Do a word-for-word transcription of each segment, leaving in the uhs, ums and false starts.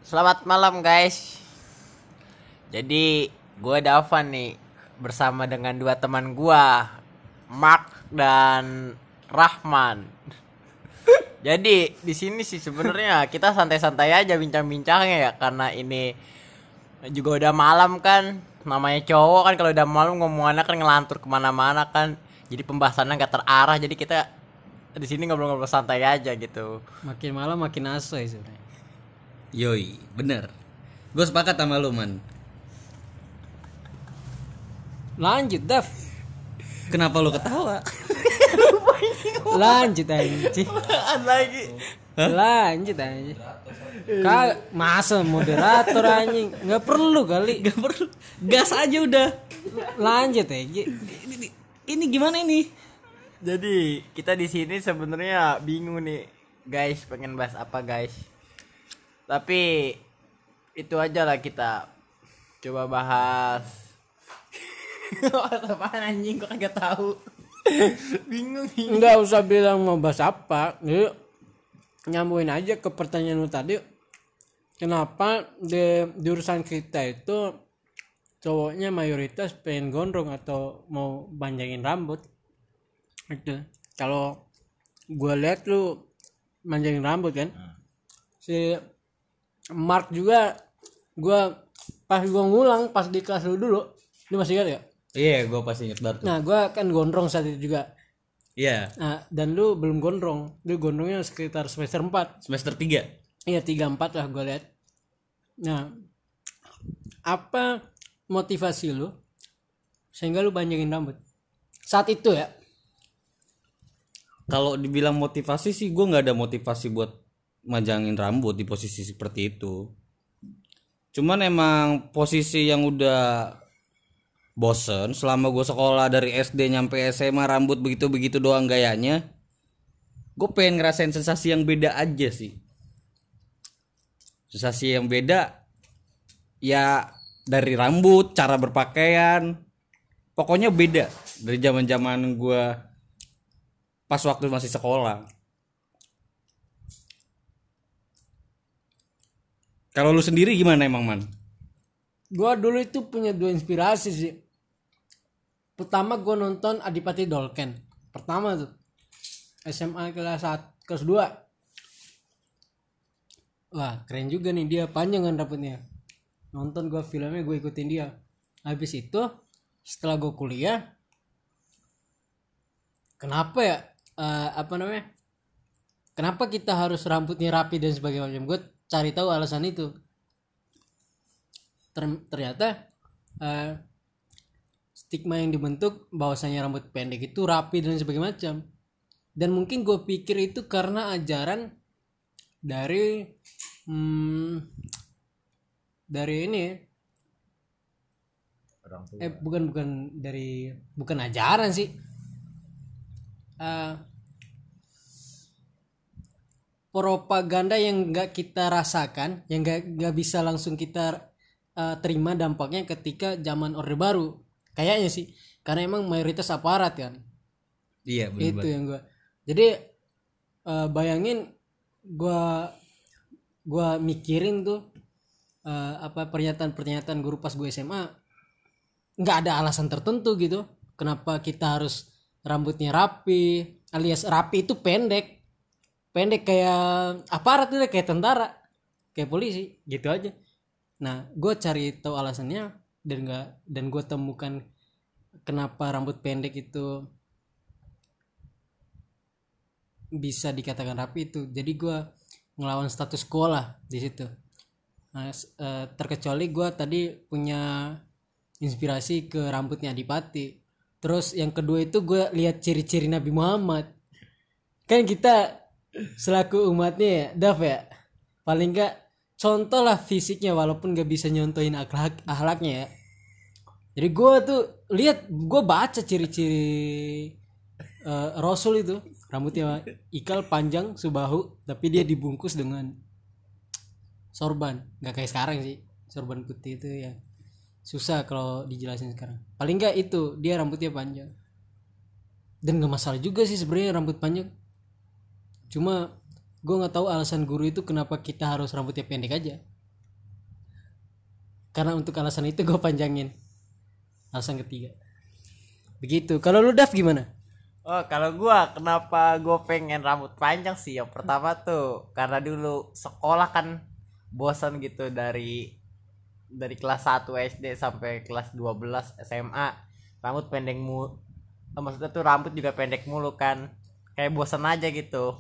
Selamat malam guys. Jadi gue Davan nih bersama dengan dua teman gue, Mark dan Rahman. Jadi di sini sih sebenarnya kita santai-santai aja bincang-bincangnya ya, karena ini juga udah malam kan. Namanya cowok kan, kalau udah malam ngomongannya kan ngelantur kemana-mana kan. Jadi pembahasannya nggak terarah. Jadi kita di sini ngobrol-ngobrol santai aja gitu. Makin malam makin asoy sebenarnya. Yoi, bener. Gue sepakat sama lu, man. Lanjut, Dav. Kenapa lu ketawa? Lanjut anjing. lagi. Lanjut anjing. Kak, masa moderator anjing? Enggak perlu kali. Gak perlu. Gas aja udah. Lanjut aja. Ini, ini, ini gimana ini? Jadi kita di sini sebenarnya bingung nih, guys, pengen bahas apa guys. Tapi itu aja lah, kita coba bahas. Apaan anjing, kok kagak tahu. Bingung nih. Enggak usah bilang mau bahas apa. Yuk, nyambuin aja ke pertanyaan lu tadi. Kenapa di jurusan kita itu cowoknya mayoritas pengen gondrong atau mau panjangin rambut? Itu. Kalau gue lihat lu manjangin rambut kan. Si Mark juga, gue pas gue ngulang pas di kelas lu dulu, lu masih ingat ya? Iya, gue pasti inget banget. Nah, gue kan gondrong saat itu juga. Iya, Nah, dan lu belum gondrong, lu gondrongnya sekitar semester empat. semester tiga. Iya, tiga empat lah gue lihat. Nah, apa motivasi lu sehingga lu panjangin rambut saat itu ya? Kalau dibilang motivasi sih, gue nggak ada motivasi buat majangin rambut di posisi seperti itu. Cuman emang posisi yang udah bosen selama gue sekolah dari S D nyampe S M A rambut begitu-begitu doang gayanya. Gue pengen ngerasain sensasi yang beda aja sih. Sensasi yang beda ya, dari rambut, cara berpakaian, pokoknya beda dari zaman-zaman gue pas waktu masih sekolah. Kalau lu sendiri gimana emang, man? Gue dulu itu punya dua inspirasi sih. Pertama gue nonton Adipati Dolken. Pertama tuh S M A kelas satu, kelas dua. Wah, keren juga nih, dia panjang kan rambutnya. Nonton gue filmnya, gue ikutin dia. Habis itu setelah gue kuliah, kenapa ya uh, apa namanya kenapa kita harus rambutnya rapi dan sebagainya, gue cari tahu alasan itu. Ternyata uh, stigma yang dibentuk bahwasanya rambut pendek itu rapi dan sebagainya macam. Dan mungkin gue pikir itu karena ajaran dari hmm, dari ini orang tua. Eh bukan bukan dari bukan ajaran sih. Uh, propaganda yang nggak kita rasakan, yang nggak nggak bisa langsung kita uh, terima dampaknya ketika zaman Orde Baru, kayaknya sih, karena emang mayoritas aparat kan. Iya, benar. Itu yang gue. Jadi uh, bayangin gue gue mikirin tuh uh, apa pernyataan-pernyataan guru pas gue S M A, nggak ada alasan tertentu gitu kenapa kita harus rambutnya rapi, alias rapi itu pendek. Pendek kayak aparat itu, kayak tentara, kayak polisi gitu aja. Nah, gue cari tahu alasannya dan nggak dan gue temukan kenapa rambut pendek itu bisa dikatakan rapi itu. Jadi gue ngelawan status quo lah di situ. Nah, eh, terkecuali gue tadi punya inspirasi ke rambutnya Adipati. Terus yang kedua itu gue lihat ciri-ciri Nabi Muhammad. Kan kita selaku umatnya ya, Dav ya, paling nggak contoh lah fisiknya, walaupun nggak bisa nyontohin akhlak akhlaknya ya. Jadi gue tuh lihat, gue baca ciri-ciri uh, Rasul itu, rambutnya ikal panjang sebahu, tapi dia dibungkus dengan sorban. Nggak kayak sekarang sih, sorban putih itu ya susah kalau dijelasin sekarang. Paling nggak itu dia rambutnya panjang. Dan nggak masalah juga sih sebenarnya rambut panjang. Cuma gue nggak tahu alasan guru itu kenapa kita harus rambutnya pendek aja. karena untuk alasan itu gue panjangin. Alasan ketiga begitu. Kalau lu Dav gimana? Oh, kalau gua kenapa gua pengen rambut panjang sih? Yang pertama tuh karena dulu sekolah kan bosan gitu dari dari kelas satu S D sampai kelas dua belas S M A. Rambut pendek mu eh, maksudnya tuh rambut juga pendek mulu kan. Kayak bosan aja gitu.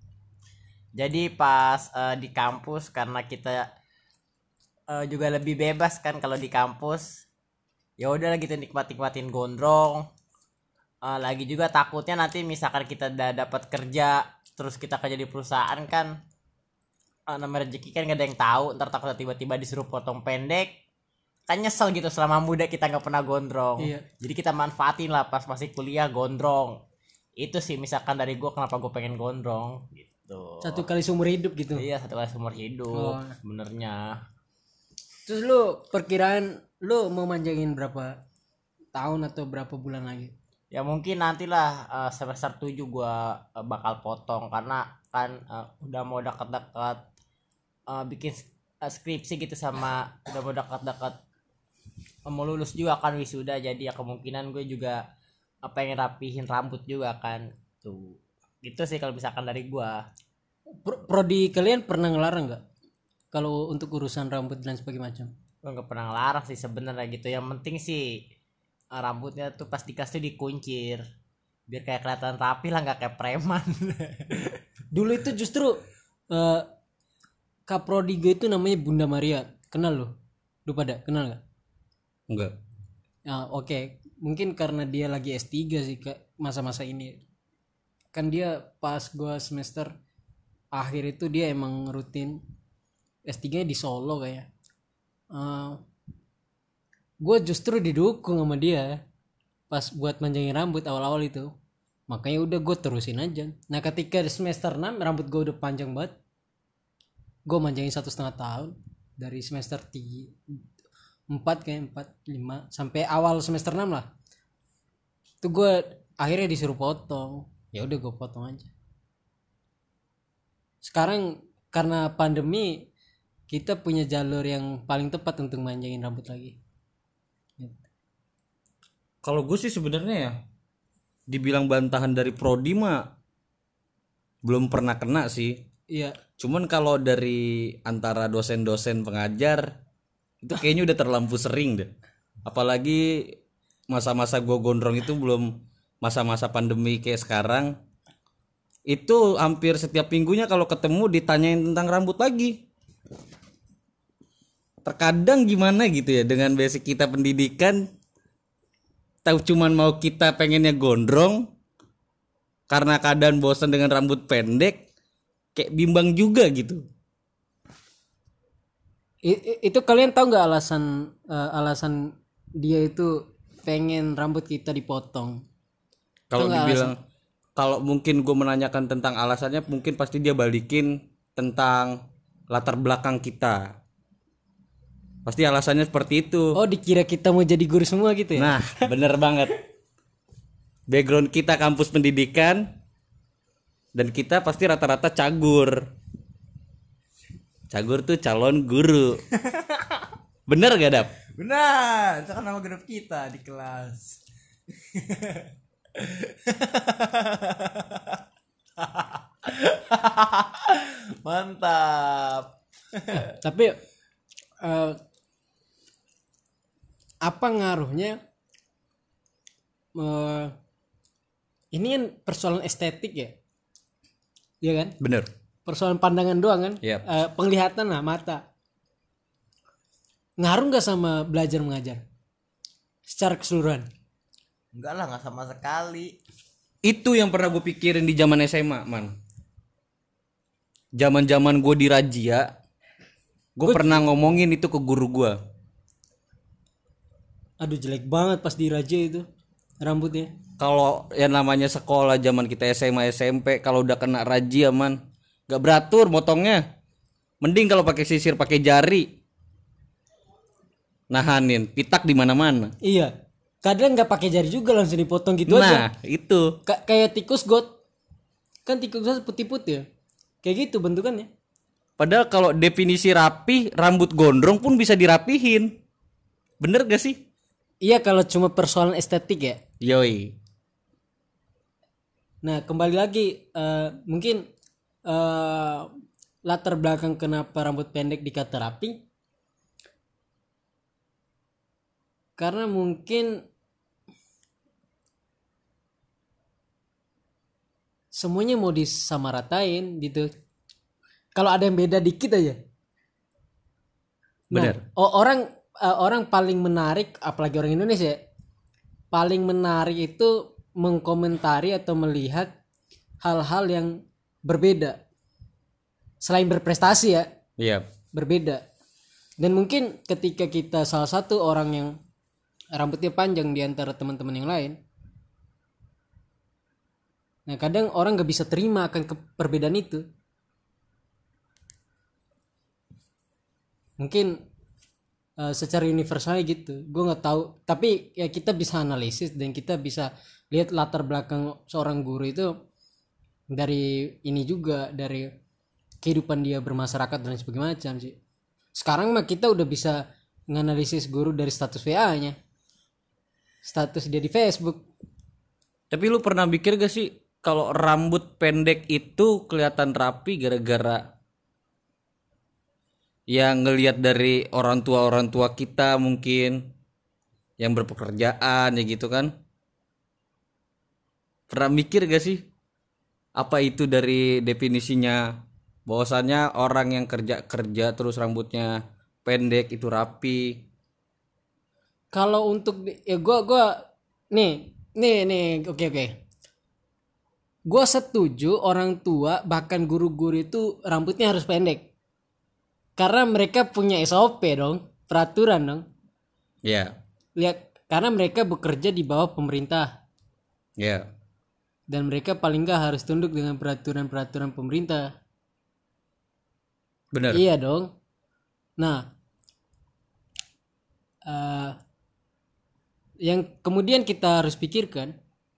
Jadi pas eh, di kampus karena kita eh, juga lebih bebas kan kalau di kampus. Ya udah gitu nikmat-nikmatin gondrong. Uh, lagi juga takutnya nanti misalkan kita udah dapat kerja terus kita kerja di perusahaan kan uh, nama rezeki kan gak ada yang tahu, ntar takutnya tiba-tiba disuruh potong pendek kan nyesel gitu. Selama muda kita nggak pernah gondrong. Iya. Jadi kita manfaatin lah pas masih kuliah gondrong. Itu sih misalkan dari gue kenapa gue pengen gondrong gitu. Satu kali seumur hidup gitu. Iya, satu kali seumur hidup. Oh. Sebenarnya. Terus lu perkiraan lu mau manjangin berapa tahun atau berapa bulan lagi? Ya mungkin nantilah uh, semester tujuh gua uh, bakal potong karena kan uh, udah mau dekat-dekat uh, bikin uh, skripsi gitu, sama udah mau dekat-dekat uh, mau lulus juga kan wisuda. Jadi ya kemungkinan gue juga uh, pengen rapihin rambut juga kan tuh. Gitu sih kalau misalkan dari gua. Pro- Prodi kalian pernah ngelarang nggak kalau untuk urusan rambut dan sebagainya macam? Gue nggak pernah ngelarang sih sebenarnya gitu. Yang penting sih uh, rambutnya tuh pas dikasih dikuncir biar kayak kelihatan rapi lah, nggak kayak preman. Dulu itu justru uh, kaprodi gue itu namanya Bunda Maria. Kenal lo? Lu pada kenal nggak? Enggak. Ah, oke, okay. Mungkin karena dia lagi S tiga sih ke masa-masa ini. Kan dia pas gue semester akhir itu dia emang rutin S tiga di Solo kayak. Uh, gue justru didukung sama dia pas buat manjangin rambut awal-awal itu. Makanya udah gue terusin aja. Nah ketika di semester enam rambut gue udah panjang banget, gue manjangin satu setengah tahun dari semester tiga, empat kayak empat lima sampai awal semester enam lah. Itu gue akhirnya disuruh potong. Ya udah gue potong aja. Sekarang karena pandemi kita punya jalur yang paling tepat untuk manjangin rambut lagi. Kalau gue sih sebenarnya ya dibilang bantahan dari prodi mah belum pernah kena sih. Iya. Cuman kalau dari antara dosen-dosen pengajar itu kayaknya udah terlampau sering deh. Apalagi masa-masa gue gondrong itu belum masa-masa pandemi kayak sekarang. Itu hampir setiap minggunya kalau ketemu ditanyain tentang rambut lagi. Terkadang gimana gitu ya dengan basic kita pendidikan, tahu cuman mau kita pengennya gondrong karena keadaan bosan dengan rambut pendek, kayak bimbang juga gitu. I, itu kalian tahu nggak alasan uh, alasan dia itu pengen rambut kita dipotong? Kalau dibilang, kalau mungkin gue menanyakan tentang alasannya, mungkin pasti dia balikin tentang latar belakang kita. Pasti alasannya seperti itu. Oh, dikira kita mau jadi guru semua gitu ya? Nah, bener banget. Background kita kampus pendidikan dan kita pasti rata-rata cagur. Cagur tuh calon guru. Bener gak, Dap? Benar, itu kan nama grup kita di kelas. Mantap. Tapi uh, apa ngaruhnya? Uh, ini kan persoalan estetik ya, iya kan? Bener. Persoalan pandangan doang kan? Yep. Uh, penglihatan lah, mata. Ngaruh nggak sama belajar mengajar secara keseluruhan? Enggak lah, nggak sama sekali. Itu yang pernah gue pikirin di zaman S M A, man. Zaman-zaman gue di razia, gue pernah ngomongin itu ke guru gue. Aduh, jelek banget pas di razia itu rambutnya. Kalau yang namanya sekolah zaman kita S M A S M P, kalau udah kena razia, man, gak beratur motongnya. Mending kalau pakai sisir, pakai jari. Nahanin, pitak di mana-mana. Iya. Kadang nggak pakai jari juga langsung dipotong gitu nah, aja. Nah, itu. K- kayak tikus got. Kan tikus got putih-putih ya. Kayak gitu bentukannya. Padahal kalau definisi rapi, rambut gondrong pun bisa dirapihin. Bener gak sih? Iya kalau cuma persoalan estetik ya. Yoi. Nah kembali lagi eh, mungkin eh, latar belakang kenapa rambut pendek dikata rapi. Karena mungkin semuanya mau disamaratain gitu. Kalau ada yang beda dikit aja. Nah, Bener. o- orang eh, orang paling menarik, apalagi orang Indonesia, paling menarik itu mengkomentari atau melihat hal-hal yang berbeda. Selain berprestasi ya, Iya. berbeda. Dan mungkin ketika kita salah satu orang yang rambutnya panjang di antara teman-teman yang lain, nah kadang orang gak bisa terima akan ke- perbedaan itu. Mungkin uh, secara universalnya gitu, gue nggak tahu. Tapi ya kita bisa analisis dan kita bisa lihat latar belakang seorang guru itu dari ini juga, dari kehidupan dia bermasyarakat dan sebagainya macam sih. Sekarang mah kita udah bisa menganalisis guru dari status W A-nya, status dia di Facebook. Tapi lu pernah mikir gak sih kalau rambut pendek itu kelihatan rapi gara-gara yang ngelihat dari orang tua orang tua kita mungkin yang berpekerjaan ya gitu kan? Pernah mikir gak sih apa itu dari definisinya bahwasannya orang yang kerja kerja terus rambutnya pendek itu rapi? Kalau untuk di- ya gue gua nih nih nih oke oke. Gue setuju orang tua bahkan guru-guru itu rambutnya harus pendek. Karena mereka punya S O P dong, peraturan dong. Ya, Lihat, karena mereka bekerja di bawah pemerintah ya, dan mereka paling nggak harus tunduk dengan peraturan-peraturan pemerintah. benar. Iya dong. Nah, eh, yang kemudian kita harus pikirkan,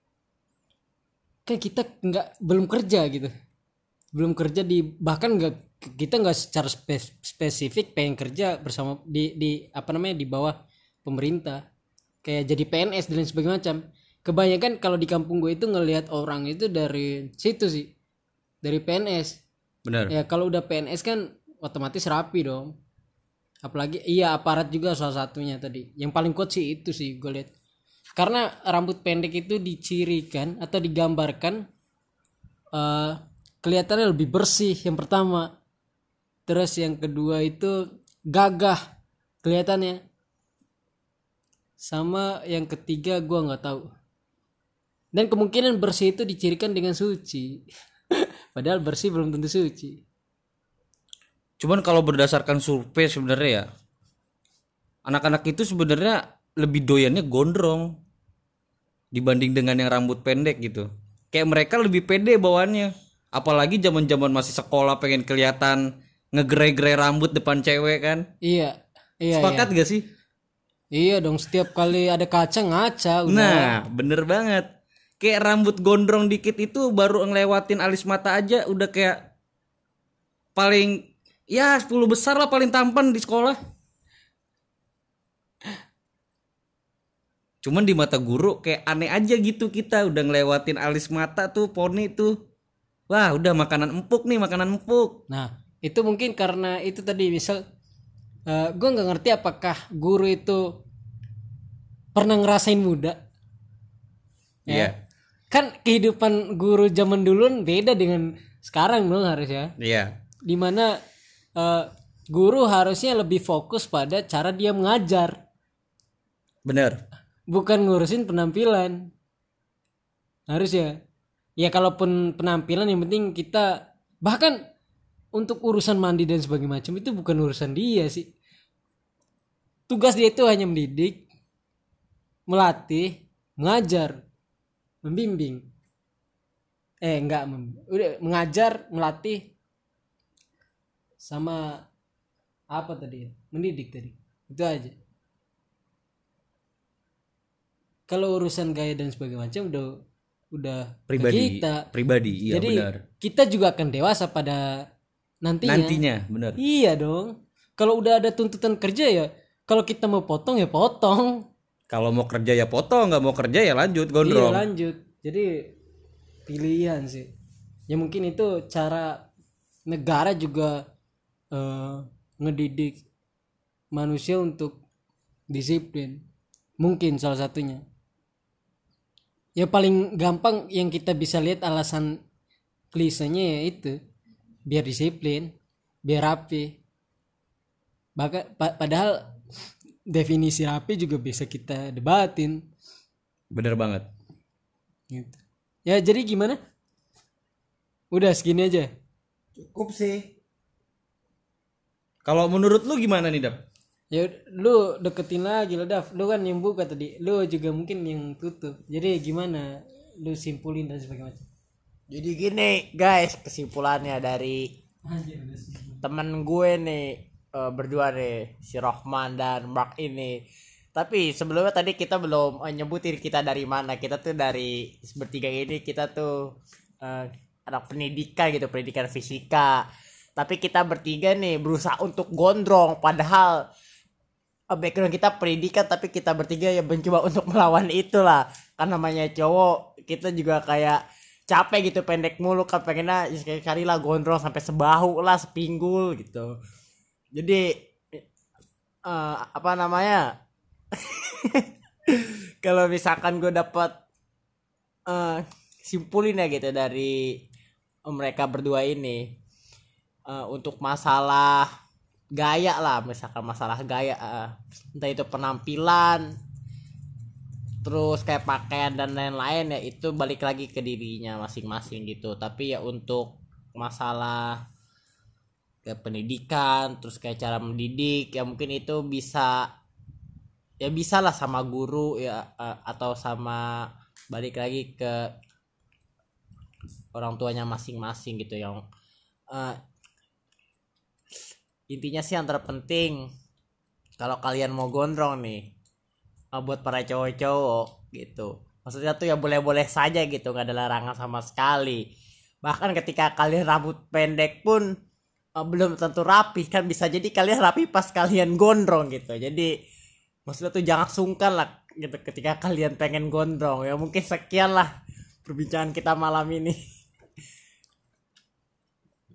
kan kita nggak belum kerja gitu, belum kerja di bahkan nggak kita nggak secara spe- spesifik pengen kerja bersama di di apa namanya di bawah pemerintah kayak jadi P N S dan lain sebagainya macam. Kebanyakan kalau di kampung gue itu ngelihat orang itu dari situ sih, dari P N S. Benar. Ya kalau udah P N S kan otomatis rapi dong. Apalagi iya aparat juga salah satunya tadi. Yang paling kuat sih itu sih gue lihat. Karena rambut pendek itu dicirikan atau digambarkan eh, kelihatannya lebih bersih yang pertama. Terus yang kedua itu gagah kelihatannya. Sama yang ketiga gue nggak tahu. Dan kemungkinan bersih itu dicirikan dengan suci. Padahal bersih belum tentu suci. Cuman kalau berdasarkan survei sebenarnya ya anak-anak itu sebenarnya lebih doyannya gondrong dibanding dengan yang rambut pendek gitu. Kayak mereka lebih pede bawaannya. Apalagi zaman-zaman masih sekolah pengen kelihatan ngegerai-gerai rambut depan cewek kan. Iya, iya, Sepakat iya. gak sih? Iya dong, setiap kali ada kaca ngaca udah. Nah, bener banget. Kayak rambut gondrong dikit itu baru ngelewatin alis mata aja udah kayak paling ya sepuluh besar lah paling tampan di sekolah. Cuman di mata guru kayak aneh aja gitu kita udah ngelewatin alis mata tuh poni tuh. Wah, udah makanan empuk nih, makanan empuk. Nah, itu mungkin karena itu tadi misal eh gue nggak ngerti apakah guru itu pernah ngerasain muda. Iya. Kan kehidupan guru zaman dulu beda dengan sekarang dong harusnya. Iya. Dimana eh, guru harusnya lebih fokus pada cara dia mengajar, Bener. bukan ngurusin penampilan. Harusnya. Ya kalaupun penampilan yang penting kita bahkan untuk urusan mandi dan sebagainya macam itu bukan urusan dia sih. Tugas dia itu hanya mendidik, melatih, mengajar, membimbing. Eh enggak, mem- udah mengajar, melatih sama apa tadi? Mendidik tadi. Itu aja. Kalau urusan gaya dan sebagainya macam udah udah ke Pribadi. kita. Pribadi, iya Jadi benar. kita juga akan dewasa pada nantinya. Nantinya, benar. Iya dong. Kalau udah ada tuntutan kerja ya, kalau kita mau potong ya potong. Kalau mau kerja ya potong, nggak mau kerja ya lanjut Iya gondrong. lanjut. Jadi pilihan sih. Ya mungkin itu cara negara juga eh, ngedidik manusia untuk disiplin. Mungkin salah satunya. Ya paling gampang yang kita bisa lihat alasan klisenya ya itu. Biar disiplin, biar rapi. Bahkan pa- padahal definisi rapi juga bisa kita debatin Bener banget. gitu. Ya jadi gimana? Udah segini aja. Cukup sih. Kalau menurut lu gimana nih, Dap? Ya lu deketin lagi lah Dav. Lu kan yang buka tadi. Lu juga mungkin yang tutup. Jadi gimana? Lu simpulin dan sebagainya. Jadi gini guys, kesimpulannya dari temen gue nih eh, berdua nih, si Rohman dan Mark ini. Tapi sebelumnya tadi kita belum eh, nyebutin kita dari mana. Kita tuh dari bertiga ini kita tuh eh, anak pendidikan gitu, pendidikan fisika. Tapi kita bertiga nih berusaha untuk gondrong, padahal eh, background kita pendidikan, tapi kita bertiga ya mencoba untuk melawan itulah. Kan namanya cowok, kita juga kayak capek gitu, pendek mulu kan, pengennya sekali-kali lah gondrong sampai sebahu lah, sepinggul gitu. Jadi eh, apa namanya? Kalau misalkan gue dapat eh, simpulin ya gitu dari mereka berdua ini, eh, untuk masalah gaya lah, misalkan masalah gaya, eh, entah itu penampilan, terus kayak pakaian dan lain-lain, ya itu balik lagi ke dirinya masing-masing gitu. Tapi ya untuk masalah kayak pendidikan, terus kayak cara mendidik, ya mungkin itu bisa ya bisa lah sama guru ya, eh, atau sama balik lagi ke orang tuanya masing-masing gitu. Yang eh, intinya sih yang terpenting, kalau kalian mau gondrong nih, eh, buat para cowok-cowok gitu, maksudnya tuh ya boleh-boleh saja gitu, nggak ada larangan sama sekali. Bahkan ketika kalian rambut pendek pun eh, belum tentu rapi, kan bisa jadi kalian rapi pas kalian gondrong gitu. Jadi maksudnya tuh jangan sungkan lah gitu ketika kalian pengen gondrong. Ya mungkin sekian lah perbincangan kita malam ini.